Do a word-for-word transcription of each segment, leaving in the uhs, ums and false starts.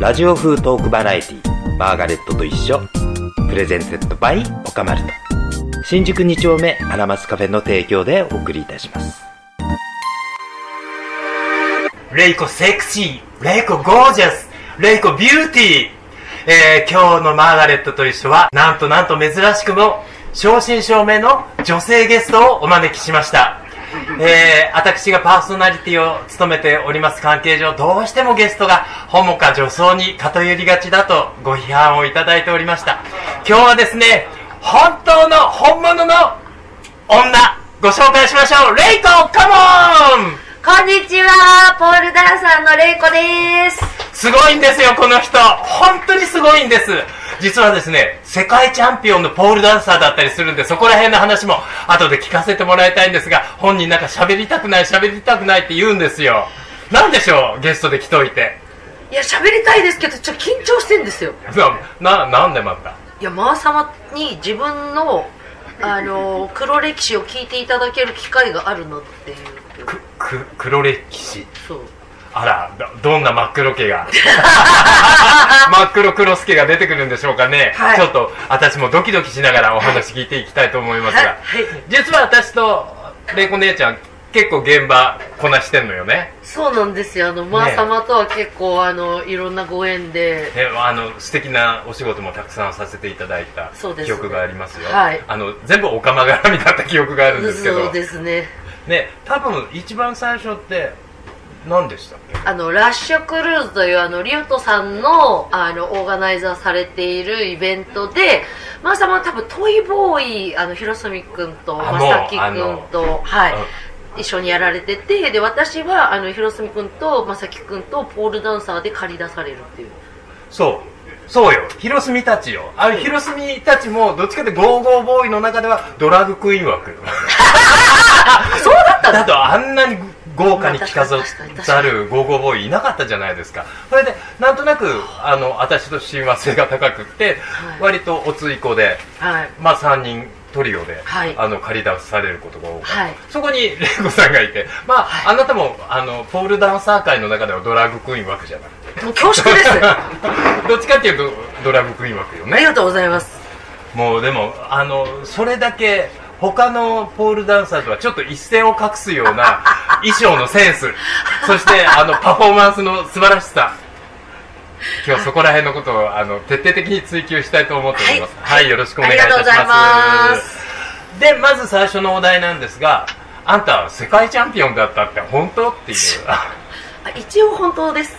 ラジオ風トークバラエティマーガレットと一緒、プレゼンテッドバイオカマルト、新宿に丁目アラマスカフェの提供でお送りいたします。レイコセクシー、レイコゴージャス、レイコビューティー、えー、今日のマーガレットと一緒はなんとなんと珍しくも正真正銘の女性ゲストをお招きしました。えー、私がパーソナリティを務めております関係上、どうしてもゲストがホモか女装に偏りがちだとご批判をいただいておりました。今日はですね、本当の本物の女ご紹介しましょう。レイコカモン。 こんにちは、ポールダンサーのレイコです。 すごいんですよこの人、本当にすごいんです。実はですね、世界チャンピオンのポールダンサーだったりするんで、そこら辺の話も後で聞かせてもらいたいんですが、本人なんか喋りたくない喋りたくないって言うんですよ。なんでしょう、ゲストで来といて。 いや、喋りたいですけどちょっと緊張してんですよ。 な、な、なんでまた。 いや、マー様に自分のあの黒歴史を聞いていただける機会があるのっていう。 く、く、黒歴史。 そう。 あら、ど、どんな真っ黒家が真っ黒黒助が出てくるんでしょうかね、はい、ちょっと私もドキドキしながらお話聞いていきたいと思いますが、はいはい、実は私とレイコ姉ちゃん結構現場こなしてんのよね。 そうなんですよ。あの、ね、マー様とは結構あのいろんなご縁で、 ね、あの素敵なお仕事もたくさんさせていただいた記憶がありますよ。 はい、 あの全部おかま絡みだった記憶があるんですけど。 そうですね。 ね、多分一番最初って何でしたっけ。 あのラッシュクルーズというあのリュウトさんのあのオーガナイザーされているイベントで、マー様は多分トイボーイ、あの広澄君とまさき君と、はい、うん、一緒にやられてて、で私はあの広澄君とまさき君とポールダンサーで借り出されるっていう。 そうそうよ、広澄たちよ。あの広澄たちもどっちかってゴーゴーボーイの中ではドラッグクイーン枠そうだったの。 だとあんなに豪華に着飾るゴーゴーボーイいなかったじゃないですか。それでなんとなくあの私と親和性が高くって、はい、割とおつい子で、はい、まあさんにんトリオで、はい、あの借り出されることが多かった、はい、そこにレイコさんがいて、まあ、はい、あなたもあのポールダンサー界の中ではドラッグクイーン枠じゃない。 もう恐縮ですどっちかっていうとドラッグクイーン枠よね。 ありがとうございます。 もうでもあのそれだけ他のポールダンサーとはちょっと一線を画すような衣装のセンスそしてあのパフォーマンスの素晴らしさ、今日そこら辺のことをあの徹底的に追求したいと思っております。はい、はい、よろしくお願いいたします。ありがとうございます。でまず最初のお題なんですが、あんたは世界チャンピオンだったって本当っていう一応本当です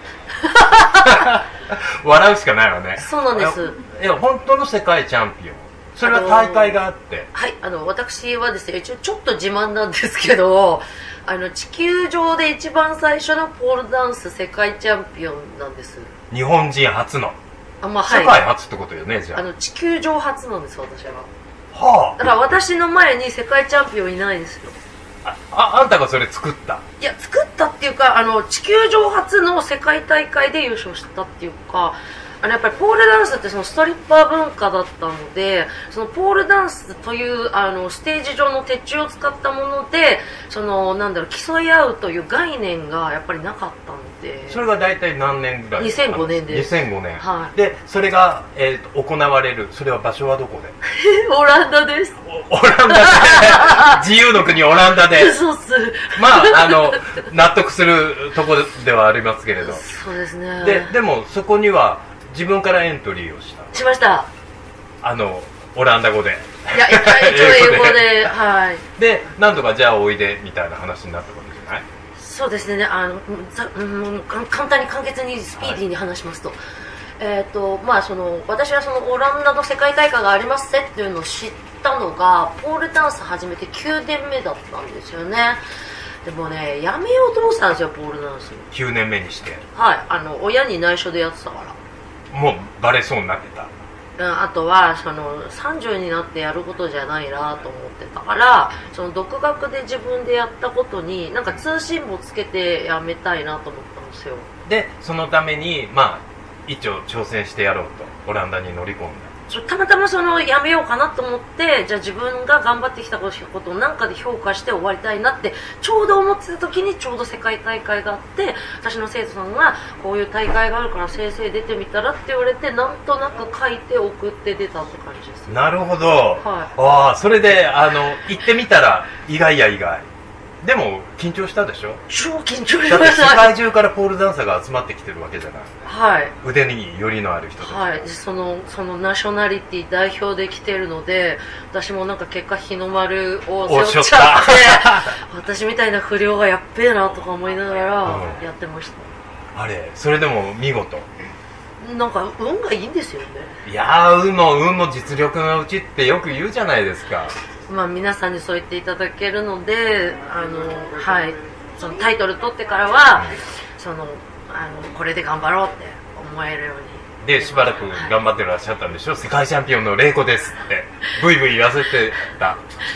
笑うしかないわね。 そうなんです。 いや本当の世界チャンピオン、それは大会があって。 はい、あの私はですね、一応ちょっと自慢なんですけど、あの地球上で一番最初のポールダンス世界チャンピオンなんです。 日本人初の。 あ、まあ、はい、 世界初ってことよね。じゃあ、 あの地球上初なんです私は。 はあ。 だから私の前に世界チャンピオンいないですよ。 あ、あ、あんたがそれ作った？ いや、作ったっていうか、あの地球上初の世界大会で優勝したっていうか、あのやっぱりポールダンスってそのストリッパー文化だったので、そのポールダンスというあのステージ上の鉄柱を使ったもので、そのなんだろう、競い合うという概念がやっぱりなかったので。 それが大体何年ぐらい？ にせんごねんです。 にせんごねん、 はい、 でそれが、えー、と行われる、それは場所はどこで？ オランダです。 オランダで自由の国オランダでそうっす。 まああの納得するところではありますけれど。 そうですね。 ででもそこには自分からエントリーをした。 しました。 あのオランダ語で。 いや、一応英語ではい。 でなんとかじゃあおいでみたいな話になったわけじゃない？ そうですね。あのざ、うん、簡単に簡潔にスピーディーに話しますと、はい、えっ、ー、とまあその私はそのオランダの世界大会がありますねっていうのを知ったのがポールダンス始めてきゅうねんめだったんですよね。でもね、やめようと思ってたんですよ、ポールダンス。 きゅうねんめにして。 はい、あの親に内緒でやってたから。 もうバレそうになってた。 うん、あとはそのさんじゅうになってやることじゃないなと思ってたから、その独学で自分でやったことになんか通信簿つけてやめたいなと思ったんですよ。 でそのためにまあ一応挑戦してやろうとオランダに乗り込んだ。 たまたまそのやめようかなと思って、じゃあ自分が頑張ってきたことを何かで評価して終わりたいなってちょうど思ってた時にちょうど世界大会があって、私の生徒さんがこういう大会があるから先生出てみたらって言われて、なんとなく書いて送って出たって感じです。 なるほど、 はい、 ああ、それであの行ってみたら意外や意外。でも緊張したでしょ。 超緊張しました。 だって世界中からポールダンサーが集まってきてるわけじゃない。 はい、 腕によりのある人たち、 はい、そのそのナショナリティ代表で来てるので、私もなんか結果日の丸を背負っちゃって私みたいな不良がやっべえなとか思いながらやってました、 うん、あれそれでも見事なんか運がいいんですよね。 いやー、運も運も実力のうちってよく言うじゃないですか。 まあ皆さんにそう言っていただけるので、あの、はい、そのタイトル取ってからは、うん、そのあのこれで頑張ろうって思えるように。 でしばらく頑張ってらっしゃったんでしょ、はい、世界チャンピオンのレイコですってブイブイ言わせてた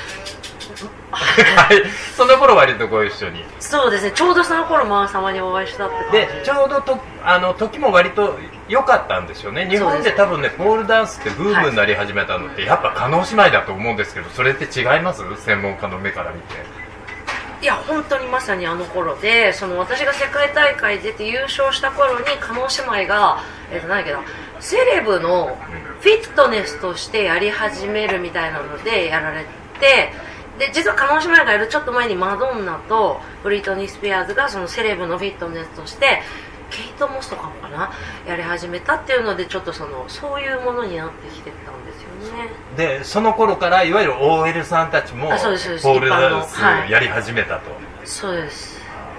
はい、その頃割とご一緒に。 そうですね、ちょうどその頃マー様にお会いしたって感じで、ちょうどとあの時も割と良かったんですよね。日本で多分ね、ポールダンスってブームになり始めたのって、はい、やっぱ叶姉妹だと思うんですけど、それって違います？専門家の目から見て。 いや本当にまさにあの頃で、その私が世界大会出て優勝した頃に叶姉妹が、えー、と何だっけな、セレブのフィットネスとしてやり始めるみたいなのでやられて、で実は叶姉妹がやるちょっと前にマドンナとブリトニー・スピアーズがそのセレブのフィットネスとしてケイト・モスとかもかなやり始めたっていうので、ちょっとそのそういうものになってきてたんですよね。 でその頃からいわゆる オーエル さんたちもポールダンスやり始めたと。 そうです。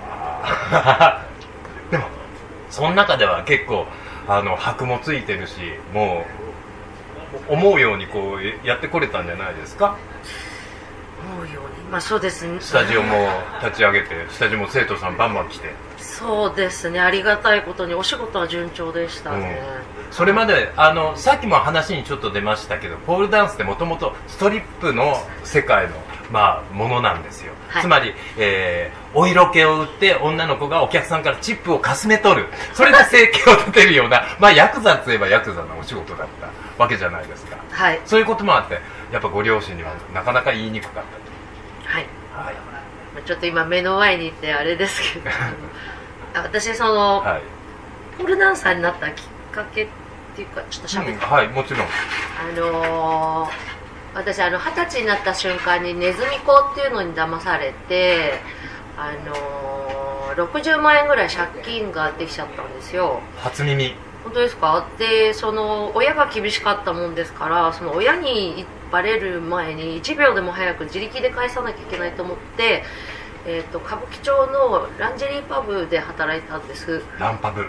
でもその中では結構あの箔もついてるし、もう思うようにこうやってこれたんじゃないですか。 思うように、まあそうですね。 スタジオも立ち上げて、スタジオも生徒さんバンバン来て。 そうですね、ありがたいことにお仕事は順調でしたね、 うん、それまであのさっきも話にちょっと出ましたけど、ポールダンスってもともとストリップの世界の、まあ、ものなんですよ、はい、つまり、えー、お色気を売って女の子がお客さんからチップをかすめ取る、それで生計を立てるようなまあヤクザといえばヤクザのお仕事だったわけじゃないですか、はい、そういうこともあってやっぱご両親にはなかなか言いにくかったと。 はい、はい、ちょっと今目の前にいてあれですけど私その、はい、ポールダンサーになったきっかけっていうかちょっとしゃべって、 うん、はい、もちろん。 あのー、私あの二十歳になった瞬間にネズミ講っていうのに騙されて、あのー、ろくじゅうまんえんぐらい借金ができちゃったんですよ。 初耳。 本当ですか。でその親が厳しかったもんですから、その親にバレる前にいちびょうでも早く自力で返さなきゃいけないと思って、えー、と歌舞伎町のランジェリーパブで働いたんです。 ランパブ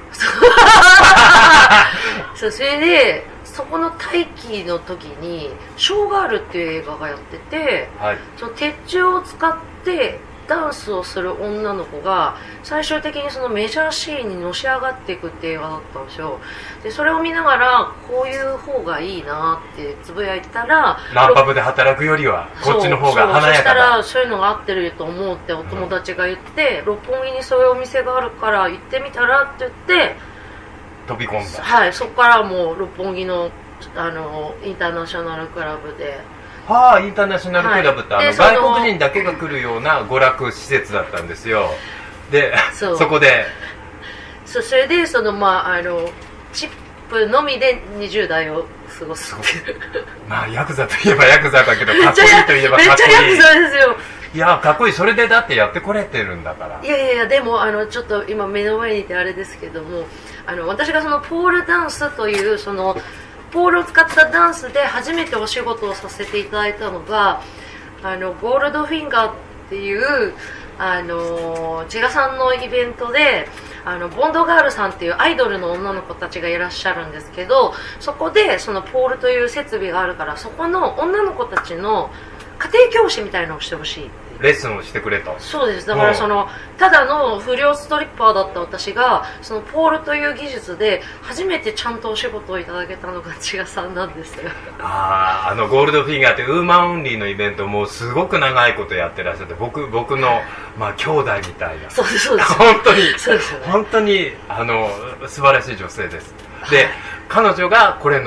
そう、それでそこの待機の時に「ショーガール」っていう映画がやってて、はい、その鉄柱を使ってダンスをする女の子が最終的にそのメジャーシーンにのし上がっていくっていう映画だったんですよ。でそれを見ながらこういう方がいいなってつぶやいたら、 ランパブで働くよりはこっちの方が華やかだ。そう、そしたらそういうのが合ってると思うってお友達が言って、うん、六本木にそういうお店があるから行ってみたらって言って飛び込んだ。 はい、そこからもう六本木のあのインターナショナルクラブで。 はあ、インターナショナルクラブって、はい、あの外国人だけが来るような娯楽施設だったんですよ。で そ, そこでそ, それでその、まあ、あのチップのみでにじゅう代を過ごすまあヤクザといえばヤクザだけどかっこいいといえばかっこいい。 めっちゃヤクザですよ。 いやかっこいい。それでだってやってこれてるんだから。 いやいやいや、でもあのちょっと今目の前にいてあれですけども、あの私がそのポールダンスというそのポールを使ったダンスで初めてお仕事をさせていただいたのが、あのゴールドフィンガーっていうあの千賀さんのイベントで、あのボンドガールさんっていうアイドルの女の子たちがいらっしゃるんですけど、そこでそのポールという設備があるから、そこの女の子たちの家庭教師みたいなのをしてほしい。 レッスンをしてくれと。 そうです。だからそのただの不良ストリッパーだった私がそのポールという技術で初めてちゃんとお仕事をいただけたのが千賀さんなんですよ。 ああ、あのゴールドフィンガーってウーマンオンリーのイベントをもうすごく長いことやってらっしゃって、僕僕のまあ兄弟みたいな。 そうですそうです。 本当にそうですよね。 本当にあの素晴らしい女性です。で、はい、彼女がこれの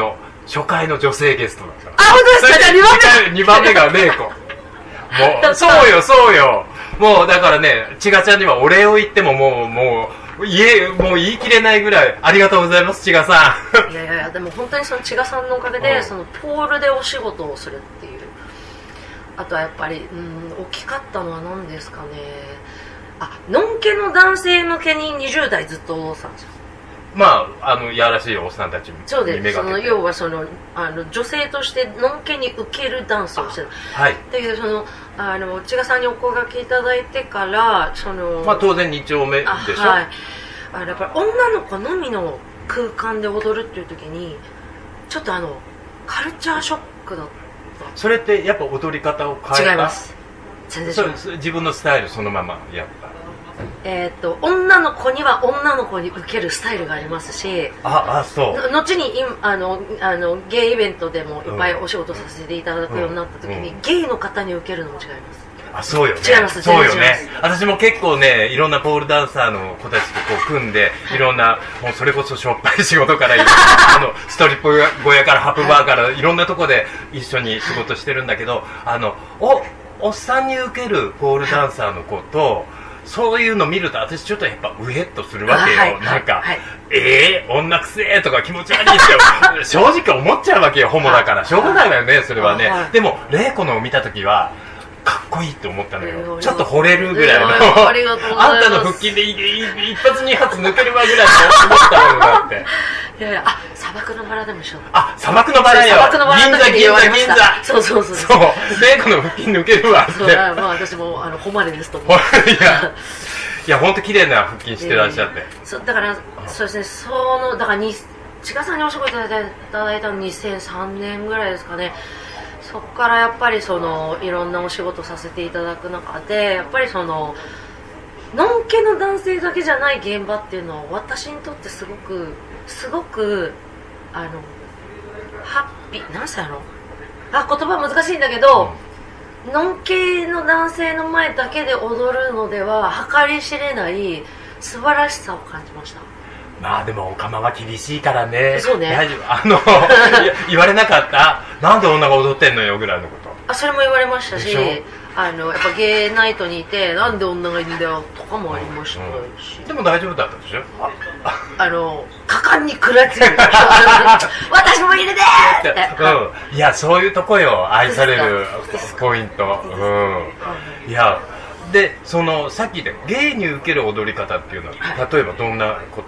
初回の女性ゲストだから。 あ、本当ですか？じゃあにばんめ。 にばんめが玲子。もう、そうよ、そうよ。もう、だからね、ちがちゃんにはお礼を言ってももう、もう、言え、もう言い切れないぐらい、ありがとうございます、ちがさん。いやいやいや、でも本当にそのちがさんのおかげで、うん、そのポールでお仕事をするっていう。あとはやっぱり、うん、大きかったのは何ですかね。あ、のんけの男性向けににじゅう代ずっと踊ってたんですよ。 まあ、あの、やらしいおっさんたちにそうです。その要はそのあの女性としてのんけに受けるダンスをしてる。 はい。 だけどそのあの千賀さんにお声掛けいただいてからそのまあ当然に丁目でしょ。 はい。あのやっぱり女の子のみの空間で踊るっていう時にちょっとあのカルチャーショックだった。 それってやっぱ踊り方を変えた？ 違います。全然違います。 自分のスタイルそのままやった。 えー、と女の子には女の子に受けるスタイルがありますし、 ああそう後にあのあのゲイイベントでもいっぱいお仕事させていただくようになった時に、うんうん、ゲイの方に受けるのも違います。 あ、そうよね。 違います。 そうよね。私も結構ね、いろんなポールダンサーの子たちとこう組んで、はい、いろんなもうそれこそしょっぱい仕事からあのストリップ小屋からハプバーからいろんなとこで一緒に仕事してるんだけど、あのおおっさんに受けるポールダンサーの子とそういうの見ると私ちょっとやっぱウエッとするわけよ、はい、なんか、はい、えー、女くせえとか気持ち悪いって正直思っちゃうわけよ、ホモだからしょうがないわよね、それはね、はい、でも玲子のを見た時はかっこいいって思ったのよ、ちょっと惚れるぐらいのありがとうございます。あんたの腹筋で一発二発抜けるわぐらいの思ったのだっていやいや、あ、砂漠のバラでも一緒だ。 あ、砂漠のバラよ。銀座銀座銀座。 そうそうそう。 そう。玲子の腹筋抜けるわって。 そうだ、まあ私もあの誉れですと思う。 いや、いや本当綺麗な腹筋してらっしゃって。 そうだからそうですね、そのだからに千賀さんにお仕事いただいたのにせんさんねんぐらいですかね。そこからやっぱりそのいろんなお仕事させていただく中でやっぱりその。のんけの男性だけじゃない現場っていうのは私にとってすごくすごくあのハッピーなんすやろあ言葉難しいんだけど、うん、のんけの男性の前だけで踊るのでは計り知れない素晴らしさを感じました。 まあでもおかまは厳しいからね。 そうね。 大丈夫。あの言われなかったなんで女が踊ってんのよぐらいのこと。 あそれも言われましたし。あのやっぱゲーナイトにいてなんで女がいるんだよとかもありましたし、 うんうん、でも大丈夫だったでしょ。 あの果敢に食らいついて私もいるでーって、 うん、いやそういうとこよ愛されるポイント、うん、いやでそのさっきでゲイに受ける踊り方っていうのは、はい、例えばどんなこと。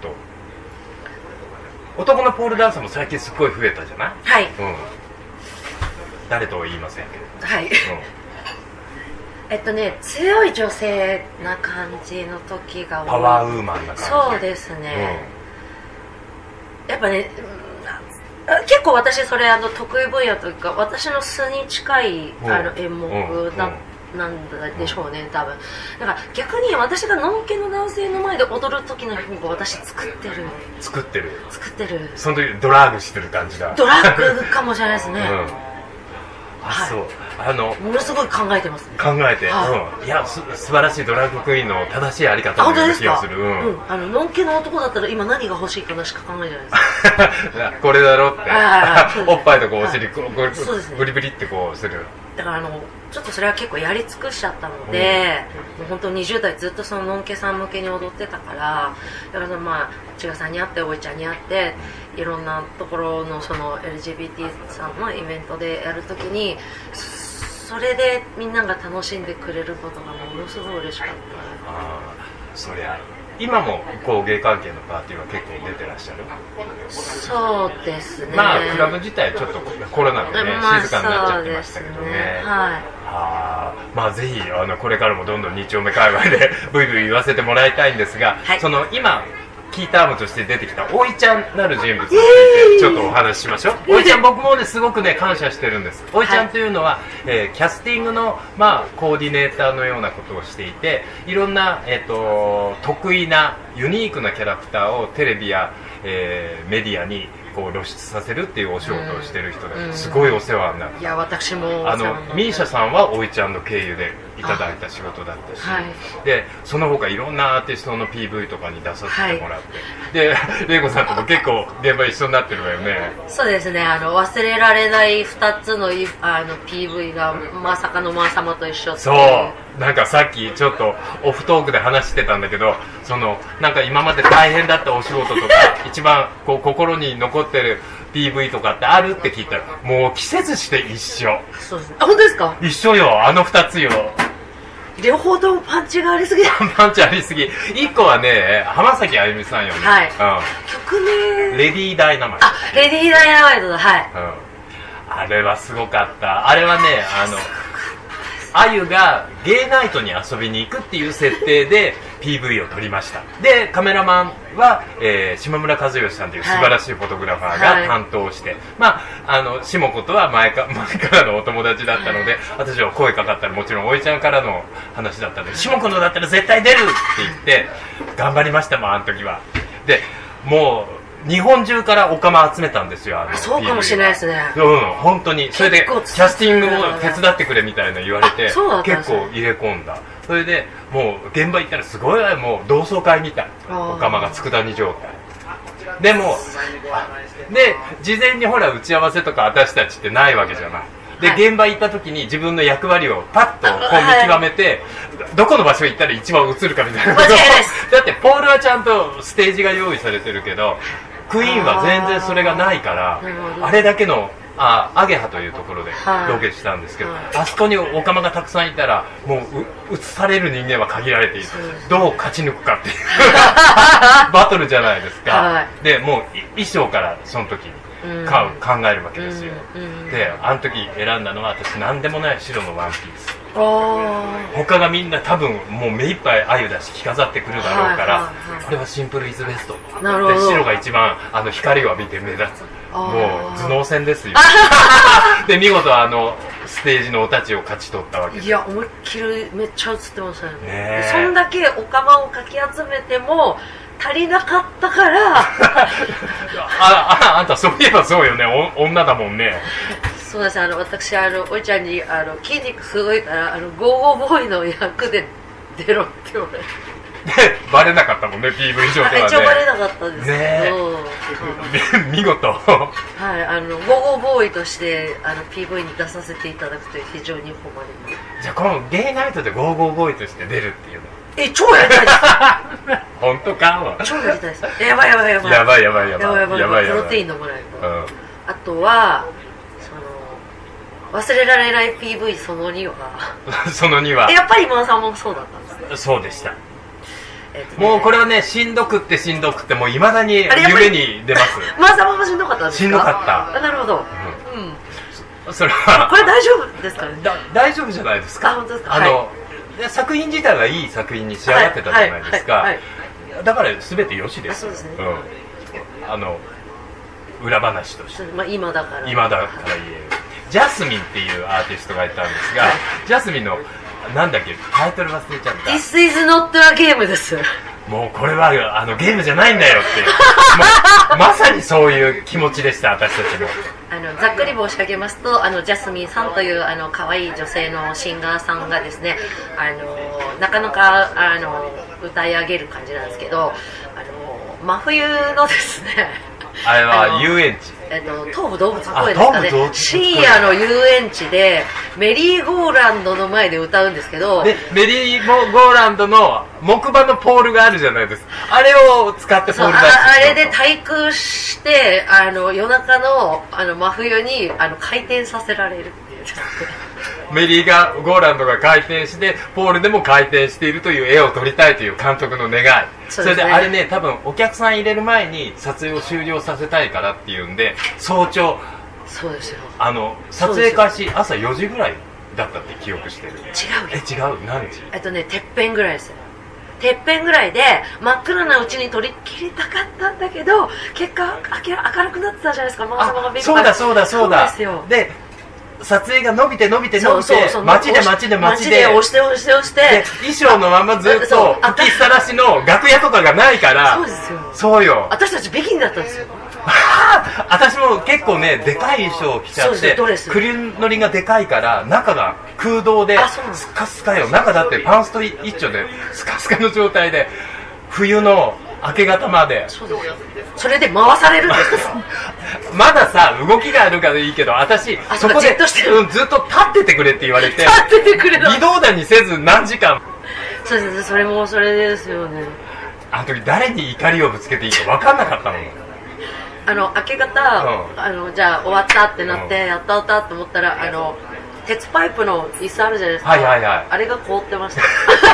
男のポールダンサーも最近すっごい増えたじゃない。 はい、 うん、誰とは言いませんけど、 はい、うんえっとね、強い女性な感じの時が多い。 パワーウーマンな感じ。 そうですね、うん、やっぱね結構私それあの得意分野というか私の素に近い、うん、あの演目な,、うん、なんでしょうね多分。だから逆に私がのんけの男性の前で踊る時の方が私作ってる作ってる作ってるその時ドラッグしてる感じだ。 ドラッグかもしれないですね、うんあ、はい、そうあのものすごい考えてます、ね、 考えて、はい、うん、いやす素晴らしいドラッグクイーンの正しいあり方のような気がする。うん、うん、あののんけの男だったら今何が欲しいかなしか考えてないですこれだろっておっぱいとこうお尻こうブリブリってこうする。 だからあのちょっとそれは結構やり尽くしちゃったので、うん、もう本当にじゅう代ずっとそののんけさん向けに踊ってたからだからそのまあ千賀さんに会っておいちゃんに会っていろんなところのその エルジービーティー さんのイベントでやるときにそれでみんなが楽しんでくれることがものすごい嬉しかった。 あそりゃ今もこう芸関係のパーティーは結構出てらっしゃる。 そうですね。 まあクラブ自体ちょっとコロナでね、まあ、静かになっちゃってましたけどね。ねはい。 あまあぜひあのこれからもどんどんに丁目界隈でブイブイ言わせてもらいたいんですが、はい、その今キータームとして出てきたおいちゃんなる人物についてちょっとお話ししましょう。おいちゃん僕もねすごくね感謝してるんです。おいちゃんというのは、えー、キャスティングのまあコーディネーターのようなことをしていていろんな、えー、と得意なユニークなキャラクターをテレビや、えー、メディアにこう露出させるっていうお仕事をしてる人ですごいお世話になって、 いや私もあのミーシャさんはおいちゃんの経由でいただいた仕事だったし、 はい、 でその他いろんなアーティストの ピーブイ とかに出させてもらって、はい、でレイコさんとも結構現場一緒になってるわよね。 そうですね、あの忘れられないふたつのあの ピーブイ がまさかのマー様と一緒って。 そうなんかさっきちょっとオフトークで話してたんだけど、そのなんか今まで大変だったお仕事とか一番こう心に残ってる ピーブイ とかってあるって聞いたら、もう季節して一緒。 そうですね。あ、本当ですか？ 一緒よ、あのふたつよ。 両方ともパンチがありすぎパンチありすぎ。いっこはね、浜崎あゆみさんよね。 はい、 うん、 曲名レディーダイナマイト。 あ、レディーダイナマイトだ。はい、 うん、あれはすごかった。あれはね、あのあゆがゲイナイトに遊びに行くっていう設定で ピーブイ を撮りました。でカメラマンは、えー、島村和義さんという素晴らしいフォトグラファーが担当して、はい、まああの下子とは前か前からのお友達だったので、はい、私は声かかったらもちろんおいちゃんからの話だったので、下子のだったら絶対出るって言って頑張りましたもん、あの時は。でもう日本中からオカマ集めたんですよ。あのそうかもしれないですね。 うん、本当に。それでキャスティングを手伝ってくれみたいな言われて、結構入れ込んだ。それでもう現場行ったらすごいもう同窓会みたい、オカマが佃煮状態でもで事前にほら打ち合わせとか私たちってないわけじゃない。で、はい、現場行った時に自分の役割をパッとこう見極めて、はい、どこの場所行ったら一番映るかみたいなことをだってポールはちゃんとステージが用意されてるけどクイーンは全然それがないから、 あ, あれだけのあアゲハというところでロケしたんですけど、はい、あそこにオカマがたくさんいたらもう映される人間は限られている。どう勝ち抜くかっていうバトルじゃないですか、はい、でもう衣装からその時にか、うん、考えるわけですよ、うんうん、であの時選んだのは私何でもない白のワンピース。他がみんな多分もう目いっぱいあゆだし着飾ってくるだろうから、はいはいはい、これはシンプルイズベストで、白が一番あの光を浴びて目立つ。もう頭脳戦ですよで見事あのステージのお立ちを勝ち取ったわけです。 いや思いっきりめっちゃ映ってましたよ ね, ねそんだけオカマをかき集めても足りなかったからあ, あ, あんたそういえばそうよね、お女だもんね。 そうです。あの私あのおいちゃんにあの筋肉すごいからあのゴーゴーボーイの役で出ろって言われてでバレなかったもんね ピーブイ 上ではね。 一応バレなかったんですけど、ね、 見事はいあのゴーゴーボーイとしてあの ピーブイ に出させていただくという非常に誉れます。 じゃあこのゲイナイトでゴーゴーボーイとして出るっていうのえ超やりたいです本当か超やりたいです。やばいやばいやばいやばいやばいやばいやばいやばいプロテイン飲まないと、うん、あとはその忘れられない ピーブイ そのにはそのにはやっぱり今田さんもそうだったんですね。 そうでした。えっとね、もうこれはねしんどくってしんどくってもういまだに夢に出ます。 マーサマもしんどかったんですか？ しんどかった。 あなるほど、 うんうん、それはこれ大丈夫ですかね？ だ大丈夫じゃないですか。 あ本当ですか。 あの、 はい、 作品自体はいい作品に仕上がってたじゃないですか、はいはいはい、だから全てよしです。 そうですね、 うん、あの裏話として、 まあ、今だから今だから言えるジャスミンっていうアーティストがいたんですが、はい、ジャスミンのなんだっけタイトル忘れちゃった。 This is not a game です。 もうこれはあのゲームじゃないんだよってま, まさにそういう気持ちでした私たちも。 あのざっくり申し上げますとあのジャスミンさんというあの可愛い女性のシンガーさんがですねあのなかなかあの歌い上げる感じなんですけどあの真冬のですねあれは遊園地、 えっと、東武動物公園ですかね。深夜の遊園地でメリーゴーランドの前で歌うんですけどでメリーゴーランドの木馬のポールがあるじゃないですか。あれを使ってポール出してあ, あれで対空してあの夜中 の, あの真冬にあの回転させられるっていうメリーがゴーランドが回転してポールでも回転しているという絵を撮りたいという監督の願い。 そ, ね、それであれね多分お客さん入れる前に撮影を終了させたいからっていうんで早朝そうですよあの撮影開始朝よじぐらいだったって記憶してる。違うえ違う何時えっとねてっぺんぐらいですよ。てっぺんぐらいで真っ暗なうちに撮り切りたかったんだけど結果明るくなってたじゃないですか。ママ様がビッグそうだそうだそうだそうですよ。 で撮影が伸びて伸びて伸びて街で街で街で押して押して押して衣装のままずっと吹きさらしの楽屋とかがないから。 そうですよ。 そうよ私たち北京だったんですよあ私も結構ねでかい衣装を着ちゃって首のりがでかいから中が空洞でスカスカよ。中だってパンスト一丁でスカスカの状態で冬の明け方まで。 そうですよ。それで回されるんですまださ動きがあるからいいけど、私そこで、うん、ずっと立っててくれって言われて立っててくれ微動だにせず何時間。 そうですね、それもそれですよね。 あの時誰に怒りをぶつけていいか分かんなかったもん。 あの明け方、うん、あのじゃあ終わったってなって、うん、やったったって思ったら、あの鉄パイプの椅子あるじゃないですか、 はいはいはい、 あれが凍ってました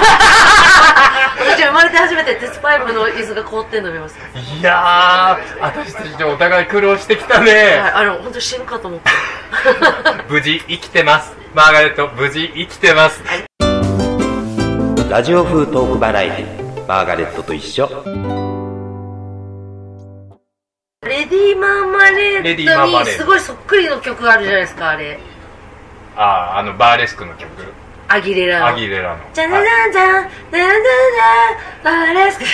私生まれて初めて鉄パイプの椅子が凍ってんの見ました。 いやー私たちお互い苦労してきたね、はい、 あの本当死ぬかと思って無事生きてます。マーガレット無事生きてます、はい、ラジオ風トークバラエティマーガレットと一緒。 レディーマーマレードにすごいそっくりの曲があるじゃないですか、あれ。 ああ、あのバーレスクの曲、 アギレラのアギレラのじゃじゃじゃじゃんじゃじゃじゃバーレスク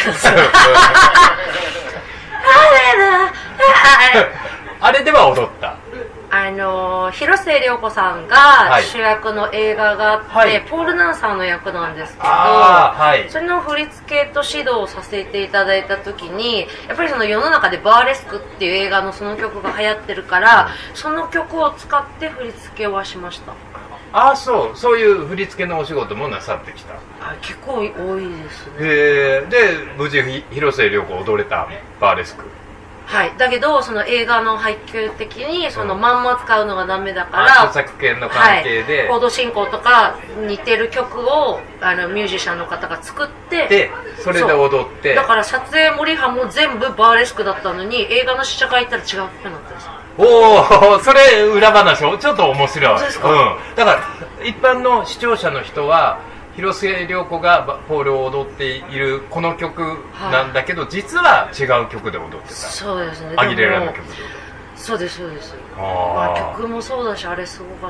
あれでは踊った。 あの広末涼子さんが主役の映画があって、はい、ポールダンサーの役なんですけど、はい、それの振り付けと指導をさせていただいた時に、やっぱりその世の中でバーレスクっていう映画のその曲が流行ってるから、うん、その曲を使って振り付けはしました。 ああ、そうそういう振り付けのお仕事もなさってきた。 あ、結構多いですね。 へえ。で無事広末涼子踊れたバーレスク。 はい、だけどその映画の配給的にそのまんま使うのがダメだから、 著作権の関係で、 はい、コード進行とか似てる曲をあのミュージシャンの方が作ってでそれで踊って、 だから撮影もリハも全部バーレスクだったのに映画の試写会行ったら違う曲になったんですよ。 おお、それ裏話をちょっと面白い。 そうですか、 うん、だから一般の視聴者の人は広末涼子がポールを踊っているこの曲なんだけど、はい、実は違う曲で踊ってた。 そうですね、 アギレラの曲で踊ってた。そうですそうです。あ、まあ、曲もそうだし、あれすごかった。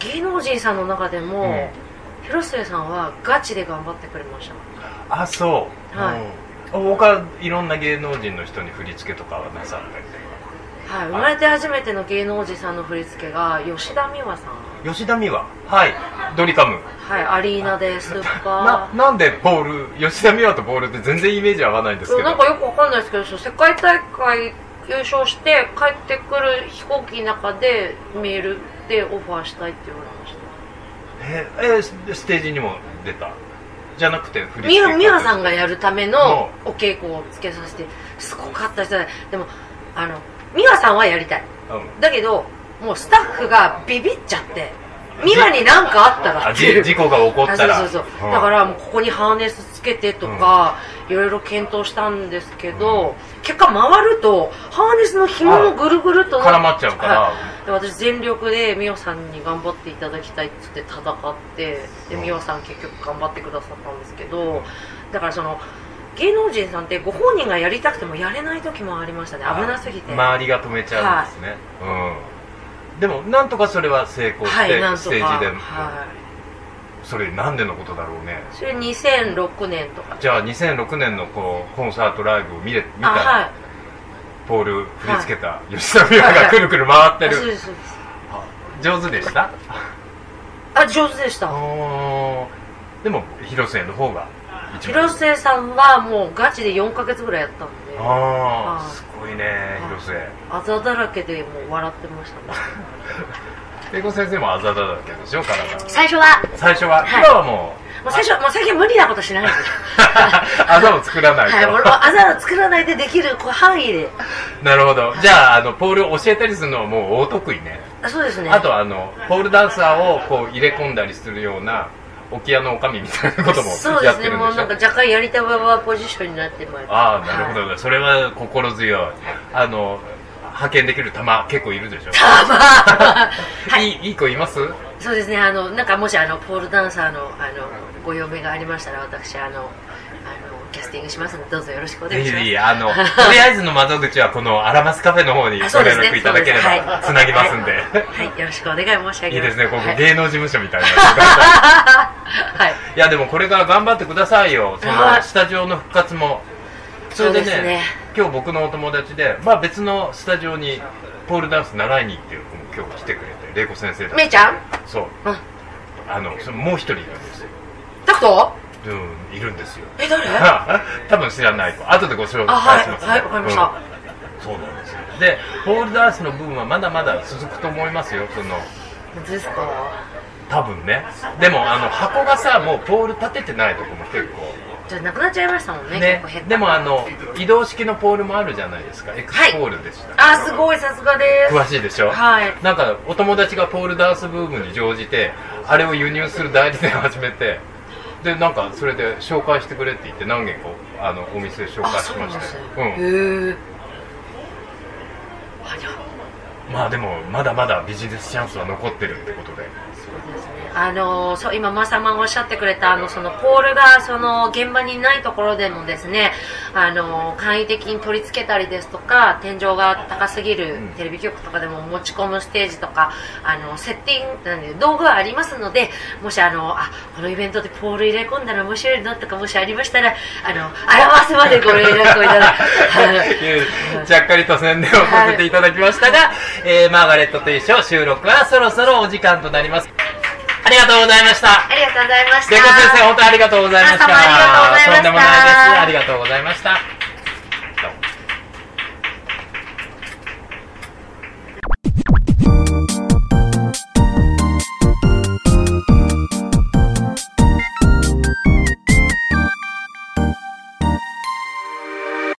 芸能人さんの中でも、うん、広末さんはガチで頑張ってくれました。 あ、そう、はい、うん、他いろんな芸能人の人に振り付けとかはなさったりとか。 はい、生まれて初めての芸能人さんの振り付けが吉田美和さん。 吉田美和、はい、ドリカム、 はい、アリーナでスーパーな, なんでポール、吉田美和とポールって全然イメージ合わないんですけど、 なんかよくわかんないですけど、世界大会優勝して帰ってくる飛行機の中でメールでオファーしたいって言われました。 えー、ステージにも出たじゃなくて振り付け美和さんがやるためのお稽古をつけさせて、すごかった人で、でもあの美和さんはやりたい、うん、だけどもうスタッフがビビっちゃって、美和に何かあったらっていう事故が起こったら、 そうそうそう、うん、だからもうここにハーネスつけてとか、いろいろ検討したんですけど、うん、結果回るとハーネスの紐もぐるぐると絡まっちゃうから、はい、で私全力で美和さんに頑張っていただきたいっつって戦って、で美和さん結局頑張ってくださったんですけど、うん、だからその芸能人さんってご本人がやりたくてもやれない時もありましたね。危なすぎて周りが止めちゃうんですね、はい、うん、でもなんとかそれは成功して、はい、ステージで、はい、それなんでのことだろうね。 それにせんろくねんとか。 じゃあにせんろくねんのこうコンサートライブを見れ見たら、はい、ポール振り付けた吉田美和がくるくる回ってる、 そうですそうです。 上手でした？ あ、上手でした。 でも広末の方が広末さんはもうガチでよんかげつぐらいやったんで、 ああ、すごいね、広末。 あざだらけでもう笑ってましたね。 英子先生もあざだらけでしょ、体。 最初は最初は、 はい、 今はもうもう最初、もう最近無理なことしないです。 あざを作らないと、 はい、もうあざを作らないでできるこう範囲で。 なるほど。じゃあ、あのポールを教えたりするのはもう大得意ね。 あ、そうですね。 あとあのポールダンサーをこう入れ込んだりするような沖屋のおかみみたいなこともやってるんでしょ。 そうですね、もうなんか若干やりたばばポジションになってまいります。 ああ、なるほど、はい、それは心強い。あの派遣できる玉結構いるでしょ。 玉はい、 いいいい子います？ そうですね、あのなんかもしあのポールダンサーのあのご嫁がありましたら、私あのあのキャスティングしますのでどうぞよろしくお願いします。 いいあのとりあえずの窓口はこのアラマスカフェの方にご連絡いただければつなぎますんで、 はい、はい、よろしくお願い申し上げます。いいですね、ここ、はい、芸能事務所みたいなはい、いやでもこれから頑張ってくださいよ。そのスタジオの復活もそれでね、 そうですね、 今日僕のお友達で、まあ、別のスタジオにポールダンス習いに行ってる子も今日来てくれて、玲子先生だめいちゃん、 そう、 うん、 あのそのもう一人いるんですよ。 タクト、 うん、いるんですよ。 え、誰？ 多分知らない子、後でご紹あ、はい介します、ね、 はい、わかりました、 うん、そうなんですよ。でポールダンスの部分はまだまだ続くと思いますよ。その本当ですか？ 多分ね。でもあの箱がさ、もうポール立ててないとこも結構じゃあなくなっちゃいましたもんね、 ね結構減った。 でもあの移動式のポールもあるじゃないですか。エクスポールでした、 はい、あ、すごい、さすがです。 詳しいでしょ。 はい。 なんかお友達がポールダンスブームに乗じてあれを輸入する代理店を始めて、でなんかそれで紹介してくれって言って何軒かあのお店で紹介しましたよ。うん、 へえ。あ、じゃあまあでもまだまだビジネスチャンスは残ってるってことで。 そうですね。あのそう今マサマがおっしゃってくれたあのそのポールがその現場にないところでもですね、あの簡易的に取り付けたりですとか、天井が高すぎるテレビ局とかでも持ち込むステージとか、あのセッティングなんで道具はありますので、もしあのあこのイベントでポール入れ込んだら面白いのとかもしありましたら、あの表すまでご連絡をいただきちゃっかりと宣伝をさせていただきましたが、はい、えー、マーガレットと一緒収録はそろそろお時間となります。ありがとうございました。 ありがとうございました。 玲子先生、本当にありがとうございました。 ありがとうございました。 とんでもないです。ありがとうございました。